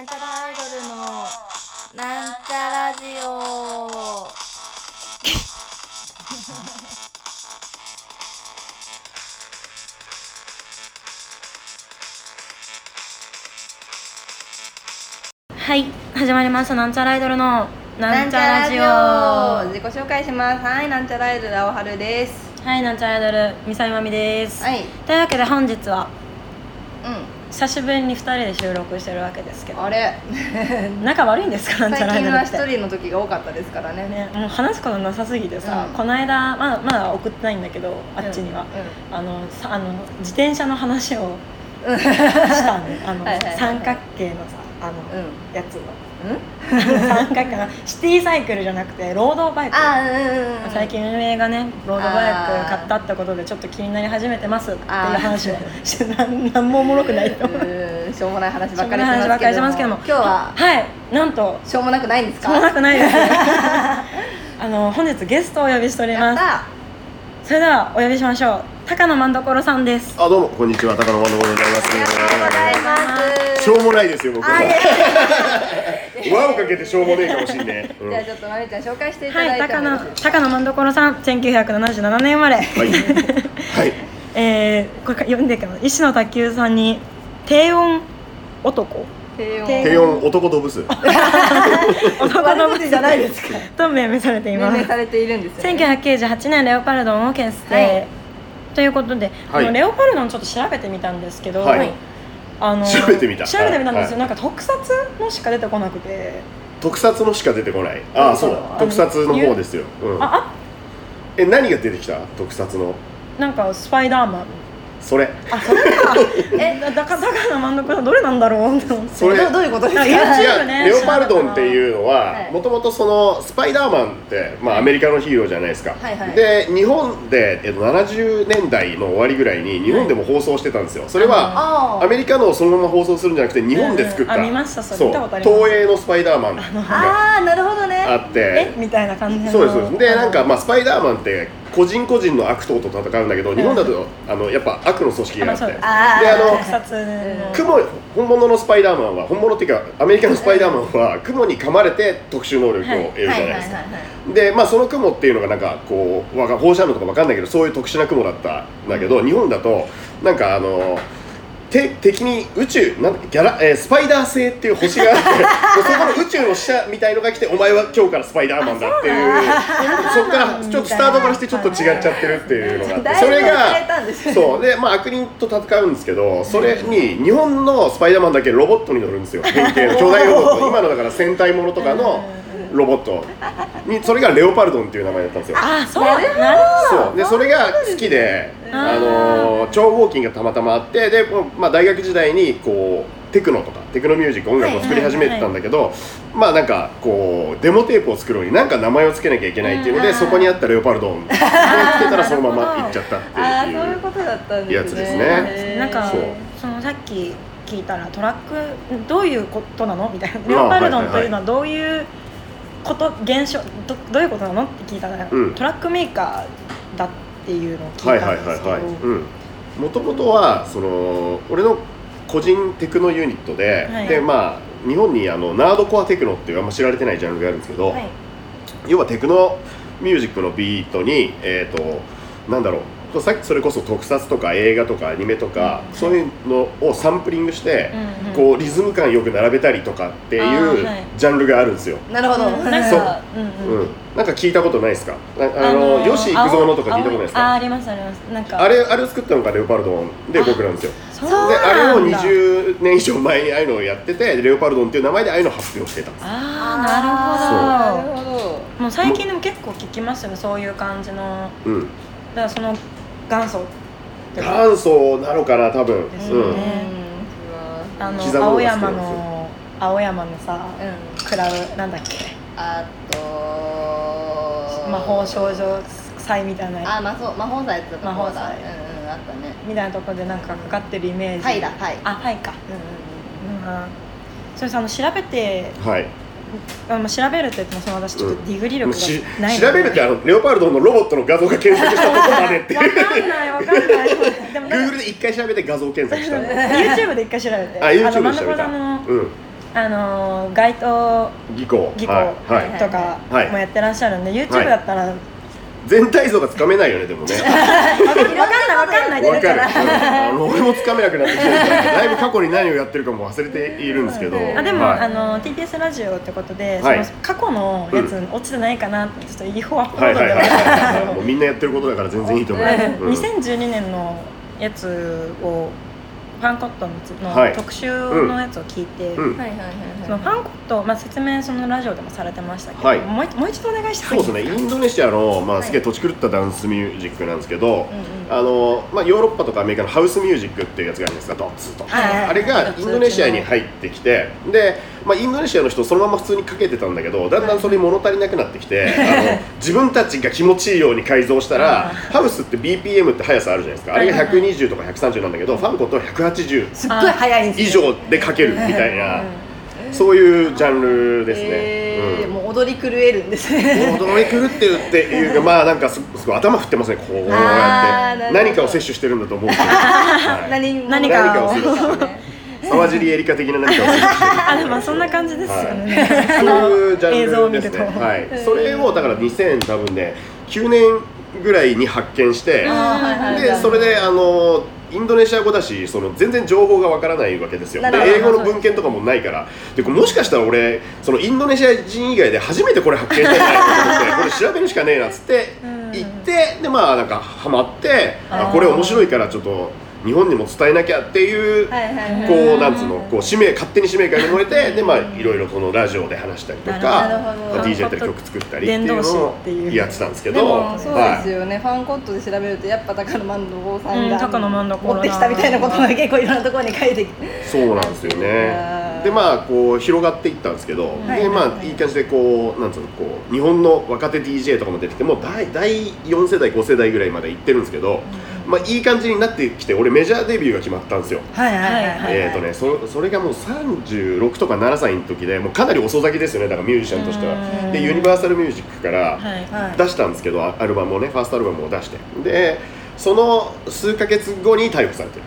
なんちゃらアイドルのなんちゃラジオ。はい、始まりました。なんちゃらアイドルのなんちゃラジオ。 自己紹介します。はい、なんちゃらアイドル青春です。 はい、なんちゃらアイドルみさみまみです。 はい。 というわけで本日は久しぶりに2人で収録してるわけですけど、 あれ仲悪いんですか？なんちゃらアイドルって。 最近は一人の時が多かったですからね。 もう話すことなさすぎてさ、この間まだ送ってないんだけど、あっちには、自転車の話をしたね。三角形のさ、やつの三角形のシティサイクルじゃなくてロードバイク。最近運営がねロードバイク買ったってことでちょっと気になり始めてますっていう話をしてなんもおもろくないと思う。 しょうもない話ばっかりしますけども、今日はなんとしょうもなくないんですか？ しょうもなくないです本日ゲストをお呼びしております。それではお呼びしましょう。高野万所さんです。 どうもこんにちは、高野万所でございます。 ありがとうございます。 しょうもないですよ僕は。輪をかけてしょうもねえかもしんね。 じゃあちょっとまみちゃん紹介していただいてもよろしいですか？ 高野万所さん、1977年生まれ。はい。これ読んでいくの。石野卓球さんに低音男。 低音男動物。 男動物じゃないですか。 と命名されています。 命名されているんですよね。 1998年レオパルドンを結成、ということで、レオパルドンちょっと調べてみたんですけど、 調べてみたんですよ。なんか特撮のしか出てこなくて。 特撮のしか出てこない。そうだ、特撮の方ですよ。何が出てきた？特撮のなんかスパイダーマン。それか高野万所さんどれなんだろうと思って。 それどういうことですか？ レオパルドンっていうのはもともとそのスパイダーマンってアメリカのヒーローじゃないですか。で日本で70年代の終わりぐらいに日本でも放送してたんですよ。それはアメリカのをそのまま放送するんじゃなくて日本で作った東映のスパイダーマンがあってみたいな感じ。 そうです。でなんかスパイダーマンって個人個人の悪党と戦うんだけど、日本だとやっぱ悪の組織があって、で本物のスパイダーマンは本物っていうかアメリカのスパイダーマンは雲に噛まれて特殊能力を得るじゃないですか。でその雲っていうのがなんかこう放射能とか分かんないけどそういう特殊な雲だったんだけど、日本だとなんか敵に宇宙スパイダー星っていう星があってそこの宇宙の使者みたいのが来て、お前は今日からスパイダーマンだっていう、そこからちょっとスタートからしてちょっと違っちゃってるっていうのがあって、それがそうで悪人と戦うんですけど、それに日本のスパイダーマンだけロボットに乗るんですよ。変形の巨大ロボット、今のだから戦隊ものとかのロボットに、それがレオパルドンっていう名前だったんですよ。そうでそれが好きで、超合金がたまたまあって、で大学時代にこうテクノミュージック音楽を作り始めてたんだけど、なんかこうデモテープを作るのになんか名前を付けなきゃいけないっていうので、そこにあったレオパルドンを付けたらそのままいっちゃったっていうやつですね。 なんかそのさっき聞いたらトラックどういうことなのみたいな、レオパルドンというのはどういう現象 どういうことなのって聞いたら、トラックメーカーだっていうのを聞いたんですけど、 もともとはその俺の個人テクノユニットで、日本にナードコアテクノっていうあんま知られてないジャンルがあるんですけど、要はテクノミュージックのビートになんだろう、それこそ特撮とか映画とかアニメとか、そういうのをサンプリングして、こうリズム感よく並べたりとかっていうジャンルがあるんですよ。 なるほど。 なんか聞いたことないですか？吉幾三のとか聞いたことないですか？ ありますあります。なんかあれを作ったのがレオパルドンで僕なんですよ。であれを20年以上前にああいうのをやってて、レオパルドンっていう名前でああいうのを発表してたんです。 なるほど。もう最近でも結構聞きますよね、そういう感じの。だからその元祖なのかな多分。 青山のさ、クラブなんだっけ、魔法少女祭みたいな、 魔法祭って魔法祭あったねみたいなところでなんかかかってるイメージ。はいか。それさ調べて、調べるって言っても私ちょっとディグリ力がないので、 調べるってレオパルドンのロボットの画像が検索したところまでってわかんない Google で一回調べて画像検索したの。 YouTube で一回調べて、 YouTube で調べた。 街頭技巧とかもやってらっしゃるんで、YouTube だったら全体像がつかめないよね。でもね分かんない分かる俺もつかめなくなってきてるからだいぶ過去に何をやってるかも忘れているんですけど、 でも、TBS ラジオってことで、その過去のやつ落ちてないかなってちょっと違法アップロードではもうみんなやってることだから全然いいと思う。 2012年のやつをファンコットの特集のやつを聞いて、そのファンコット、説明そのラジオでもされてましたけど、もう一度お願いしてもいいですか。 そうですね、インドネシアの、すげえ土地狂ったダンスミュージックなんですけど、ヨーロッパとかアメリカのハウスミュージックっていうやつがあるんですが、ドッツと、あれがインドネシアに入ってきて、で、インドネシアの人そのまま普通にかけてたんだけど、だんだんそれに物足りなくなってきて、自分たちが気持ちいいように改造したら、ハウスって BPM って速さあるじゃないですか。あれが120とか130なんだけど、ファンコットは180 すっごい速いんです以上でかけるみたいな、そういうジャンルですね。 もう踊り狂えるんですね。 踊り狂ってるっていうか、なんかすごい頭振ってますね。こうやって何かを摂取してるんだと思うけど、 何かを沢尻エリカ的な何かを摂取してる。 でもそんな感じですよね。 そういうジャンルですね。それをだから2009年ぐらいに発見して、でそれでインドネシア語だし、その全然情報がわからないわけですよ。で英語の文献とかもないから、でもしかしたら俺そのインドネシア人以外で初めてこれ発見したんじゃないかと思って、これ調べるしかねえなっつって行って、でなんかハマって、これ面白いからちょっと日本にも伝えなきゃっていうこうなんつうの、こう勝手に使命感に燃えて、でいろいろこのラジオで話したりとか DJ やったり曲作ったりっていうのをやってたんですけど、 そうですよね。ファンコットで調べるとやっぱ高野万堂さんが持ってきたみたいなことが結構いろんなところに書いてきて、そうなんですよね。でこう広がっていったんですけど、でいい感じでこうなんつうの、こう日本の若手 DJ とかも出てきて、もう第4世代5世代ぐらいまで行ってるんですけど、いい感じになってきて、俺メジャーデビューが決まったんですよ。それがもう36とか7歳の時で、もうかなり遅咲きですよね。だからミュージシャンとしては。でユニバーサルミュージックから出したんですけど、アルバムをね、ファーストアルバムを出して、でその数ヶ月後に逮捕されてる。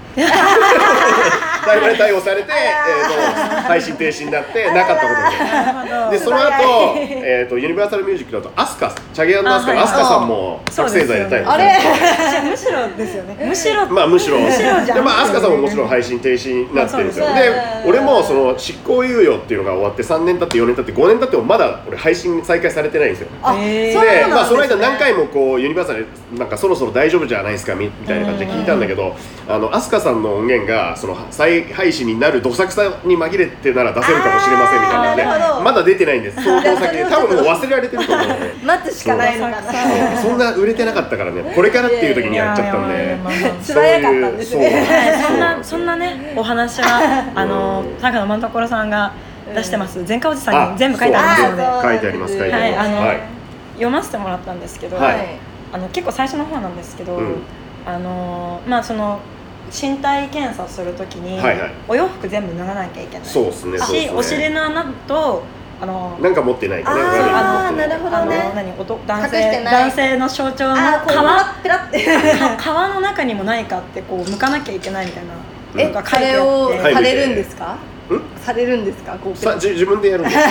逮捕されて、配信停止になってなかったことで、その後、ユニバーサルミュージックだとアスカ、チャゲ&アスカのアスカさんも覚醒剤で逮捕されて、 むしろですよね。むしろでアスカさんももちろん配信停止になってるんですよ。で俺もその執行猶予っていうのが終わって3年経って4年経って5年経ってもまだ俺配信再開されてないんですよ。でその間何回もこうユニバーサルなんかそろそろ大丈夫じゃないですかみたいな感じで聞いたんだけど、アスカさんの音源がその再配信になるどさくさに紛れてなら出せるかもしれませんみたいなので、まだ出てないんです。相当先で多分もう忘れられてると思うので待つしかないのかな。 そんな売れてなかったからね、これからっていう時にやっちゃったんで、 素早かったんですね。 そんなねお話は高野万所さんが出してます。前科おじさんに全部書いてありますので、 書いてあります。 読ませてもらったんですけど、結構最初の方なんですけど、その身体検査をするときにお洋服全部脱がなきゃいけないし、お尻の穴となんか持ってないかね。 なるほどね。 男性の象徴の皮の中にもないかってこう剥かなきゃいけないみたいなのが書いてあって、 されるんですか？されるんですか？ 自分でやるんです。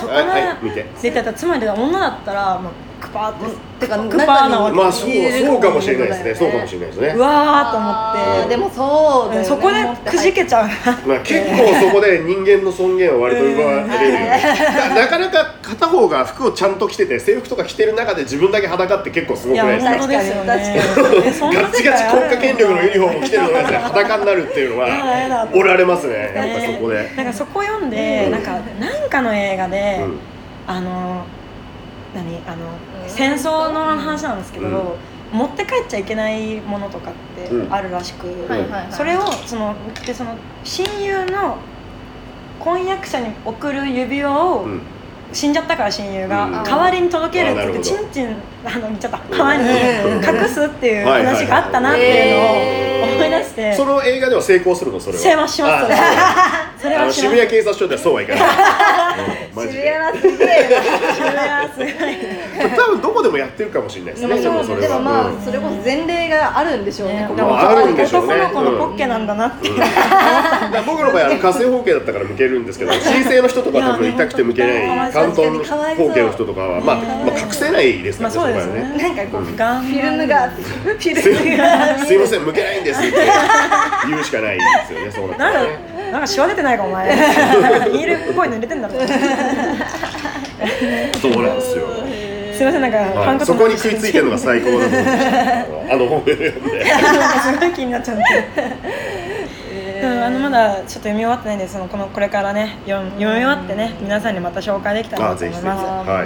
そこが出てた。つまり女だったらクパーってクパーなわけ。 そうかもしれないですね。そうかもしれないですね。 うわーと思って。 でもそうだよね。 そこでくじけちゃう。 結構そこで人間の尊厳は割と奪われるよね。なかなか片方が服をちゃんと着てて制服とか着てる中で自分だけ裸って結構すごくないですか？ 確かにガチガチ国家権力のユニフォーム着てるのが裸になるっていうのはおられますね。やっぱそこで。 なんかそこ読んでなんかの映画で戦争の話なんですけど、持って帰っちゃいけないものとかってあるらしく、それをその親友の婚約者に送る指輪を、死んじゃったから親友が代わりに届けるって言って、チンチン言っちゃった川に隠すっていう話があったなっていうのを思い出して、 その映画では成功するの？それは成功します。 それは渋谷警察署ではそうはいかないマジで渋谷はすげえ渋谷はすごい多分どこでもやってるかもしれないですね。 でもそれはまあそれこそ前例があるんでしょうね。 あるんでしょうね。 男の子のポッケなんだなって僕の場合は火星包茎だったから向けるんですけど、新生の人とか多分痛くて向けない関東包茎の人とかはまあ隠せないですからね。そこはね。 なんかこうフガンィルムがすいません向けないんですって言うしかないですよね。そうなったらね。 なんかシワ出てないかお前ニールっぽいの入れてんだろそうなんですよ。 すいませんなんかはい、そこに食いついてるのが最高だと思うんですよ。本で読んで。 すごい気になっちゃってまだちょっと読み終わってないんでこれからね読み終わってね皆さんにまた紹介できたらなと思います。 はい。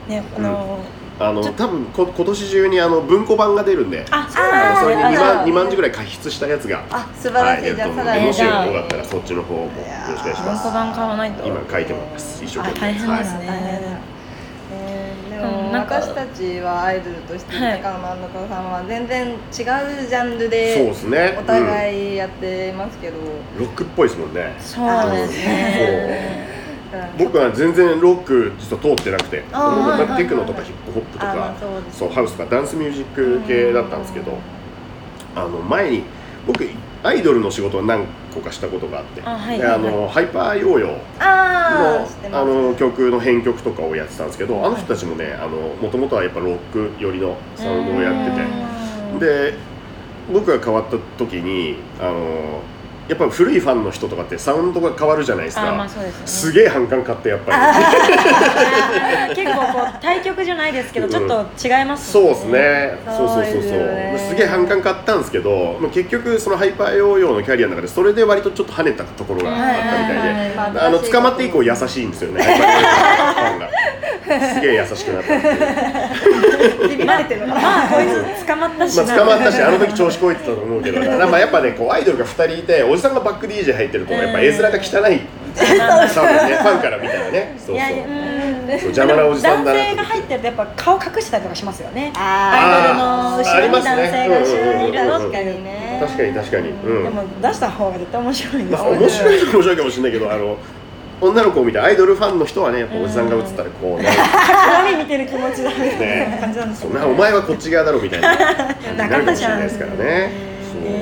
ね多分今年中に文庫版が出るんで、それに2万字ぐらい加筆したやつが素晴らしい。じゃあさらにもしよかったらそっちの方もよろしくお願いします。 文庫版買わないと今書いてもらいます。一生懸命。 大変ですね。 でも私たちはアイドルとして高野万所さんは全然違うジャンルでお互いやってますけど、 ロックっぽいですもんね。 そうですね。 僕は全然ロック実は通ってなくて、テクノとかヒップホップとかそうハウスとかダンスミュージック系だったんですけど、前に僕アイドルの仕事を何個かしたことがあって、ハイパーヨーヨーの曲の編曲とかをやってたんですけど、あの人たちもねもともとはやっぱロック寄りのサウンドをやってて、で僕が変わった時にやっぱ古いファンの人とかってサウンドが変わるじゃないですか。すげえ反感買ってやっぱり結構こう対極じゃないですけどちょっと違いますね。そうですね。そうすげえ反感買ったんですけど、結局そのハイパーヨーヨーのキャリアの中でそれで割とちょっと跳ねたところがあったみたいで、捕まって以降優しいんですよね。ハイパーヨーヨーのファンがすげえ優しくなったっていう。 ビビられてるのかな。 まあこいつ捕まったしあの時調子こいてたと思うけど、やっぱねこうアイドルが2人いておじさんがバック DJ 入ってるとやっぱ絵面が汚い多分ねファンから見たらね。そう邪魔なおじさんだな。 男性が入ってるとやっぱ顔隠したりとかしますよね。アイドルの後ろに男性が後ろにいるのっていうね。 確かに。 でも出した方が絶対面白いんですよ。 面白いかもしれないけど女の子を見てアイドルファンの人はねやっぱおじさんが映ったらこうね鏡見てる気持ちだみたいな感じなんですよね。 お前はこっち側だろみたいななるかもしれないですからね。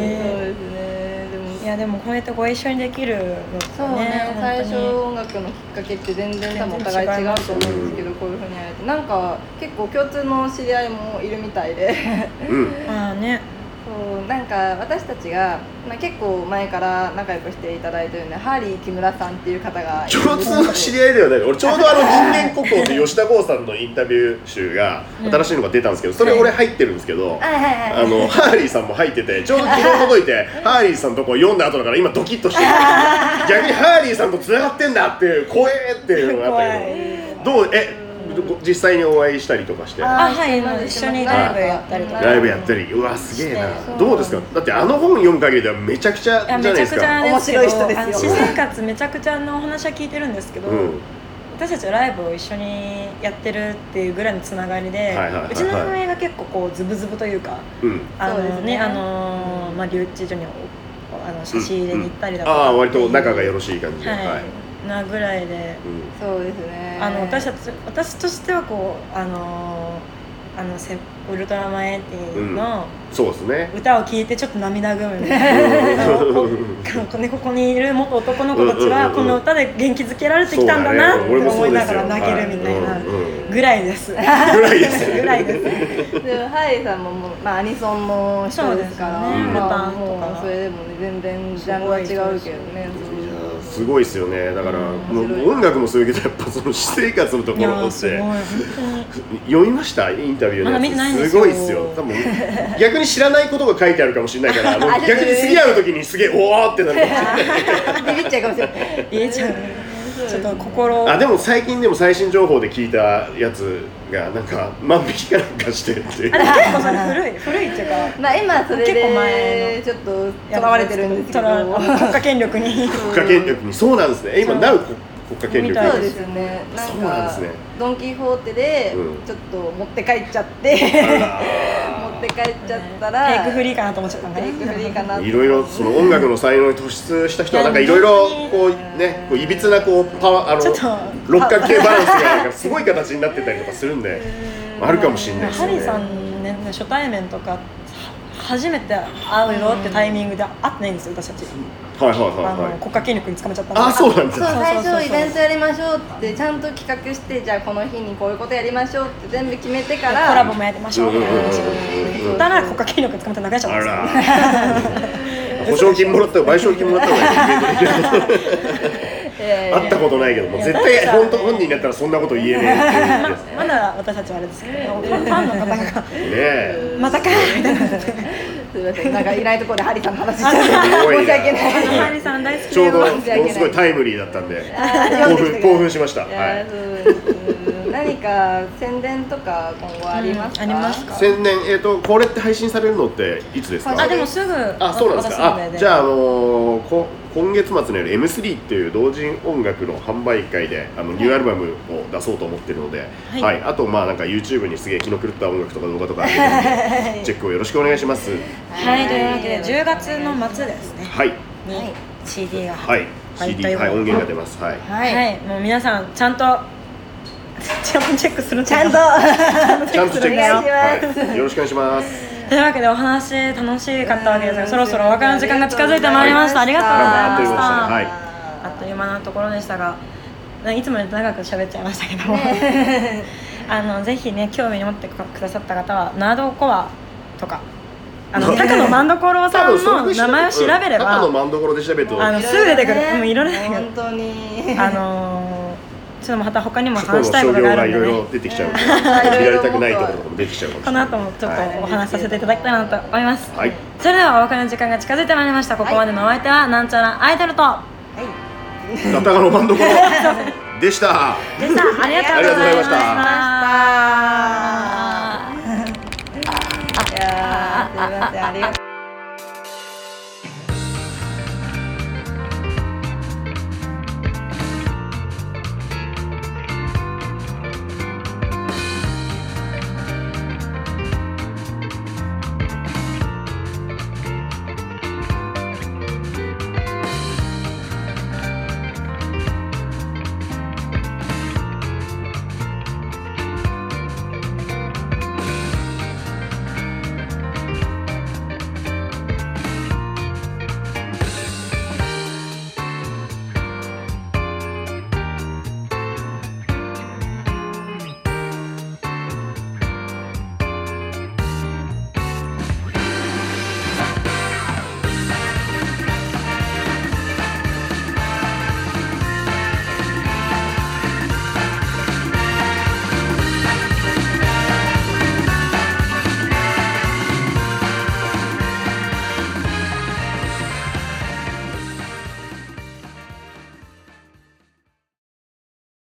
いやでもこうやってご一緒にできるのってね、 最初音楽のきっかけって全然多分お互い違うと思うんですけど、こういうふうにやれてなんか結構共通の知り合いもいるみたいでそうなんか私たちが、結構前から仲良くしていただいてるんでハーリー木村さんっていう方が共通の知り合いではない。俺ちょうど人間国宝で吉田剛さんのインタビュー集が新しいのが出たんですけど、それ俺入ってるんですけど、ハーリーさんも入っててちょうど昨日届いてハーリーさんのとこ読んだ後だから今ドキッとしてる逆にハーリーさんとつながってんだっていう怖えっていうのがあったけど、どう実際にお会いしたりとかして、 一緒にライブやったりとか。 ライブやったり、うわすげえな。どうですか。だって本読む限りではめちゃくちゃじゃないですか。 面白い人ですよ。 私生活めちゃくちゃのお話は聞いてるんですけど、私たちはライブを一緒にやってるっていうぐらいのつながりで、うちの運営が結構こうズブズブというか、留置所に差し入れに行ったりだとか、 割と仲がよろしい感じで。 なぐらいで、 そうですね。 私としてはこうウルトラマンエイティの歌を聴いてちょっと涙ぐむみたいな。ここにいる元男の子たちはこの歌で元気づけられてきたんだなって思いながら泣けるみたいなぐらいです。ぐらいです。でもハリーさんもアニソンの人ですからね。ルパンとかそれでもね全然ジャンルは違うけどね。 すごいですよね。だから音楽もそういうけどやっぱその私生活のところって読みましたインタビューのやつ。すごいですよ。多分逆に知らないことが書いてあるかもしれないから逆に次会う時にすげえおーってなるかもしれない。ビビっちゃうかもしれない。 ビビっちゃう。ちょっと心でも最近でも最新情報で聞いたやつがなんか万引きかなんかしてるっていう。 結構それ古いっていうか、 今それでちょっととらわれてるんですけど、 国家権力にそうなんですね。今なう国家権力そうですね。なんかドン・キホーテでちょっと持って帰っちゃって持っって帰っちゃったらテイクフリーかなと思っちゃったんだね。 テイクフリーかな。 いろいろその音楽の才能に突出した人はなんかいろいろこうね、こういびつなこう六角形バランスがなんかすごい形になってたりとかするんであるかもしれないですね。 ハリーさんね、初対面とか初めて会うよってタイミングで会ってないんですよ、私たち。 はいはいはいはい。 国家権力に捕まっちゃったんで。 あ、そうなんです。 そう、最初イベントやりましょうってちゃんと企画して、じゃあこの日にこういうことやりましょうって全部決めてからコラボもやりましょうって話を言ったら国家権力に捕まって流れちゃったんですよ。 保証金もらったら賠償金もらった方がいい。会ったことないけども絶対本人になったらそんなこと言えねえって。 まだ私たちはあれですけど、ファンの方がねまたかみたいな。 すみません、なんかいないところでハリーさんの話しちゃって申し訳ない。 ハリーさん大好き。 ちょうどものすごいタイムリーだったんで興奮しました。 何か宣伝とか今後ありますか？ ありますか？ 宣伝、これって配信されるのっていつですか？ でもすぐ。 あ、そうなんですか。じゃあ今月末の夜 M3 っていう同人音楽の販売会でニューアルバムを出そうと思ってるので、はい、あとなんか YouTube にすげえ気の狂った音楽とか動画とかあるのでチェックをよろしくお願いします。 はい、というわけで10月の末ですね。 はい。 に CD がはい、CD 音源が出ます。はい。 はい、もう皆さんちゃんとチェックする。 ちゃんとチェックするよ。よろしくお願いします。 というわけでお話楽しかったわけですが、そろそろお別れの時間が近づいてまいりました。ありがとうございました。あっという間なところでしたが、いつもより長く喋っちゃいましたけども、ぜひね、興味に持ってくださった方はナードコアとか高野万所さんの名前を調べれば、 高野万所で調べるとすぐ出てくる。もういろいろ本当にちょっとまた他にも話したいことがあるんでね、 いろいろ出てきちゃう。見られたくないところとかも出てきちゃうかもしれない。 この後もちょっとお話しさせていただきたいなと思います。はい。それではお別れの時間が近づいてまいりました。ここまでのお相手はなんちゃらアイドルと高野万所でした。 ありがとうございました。 いやー、すみません、ありがとう。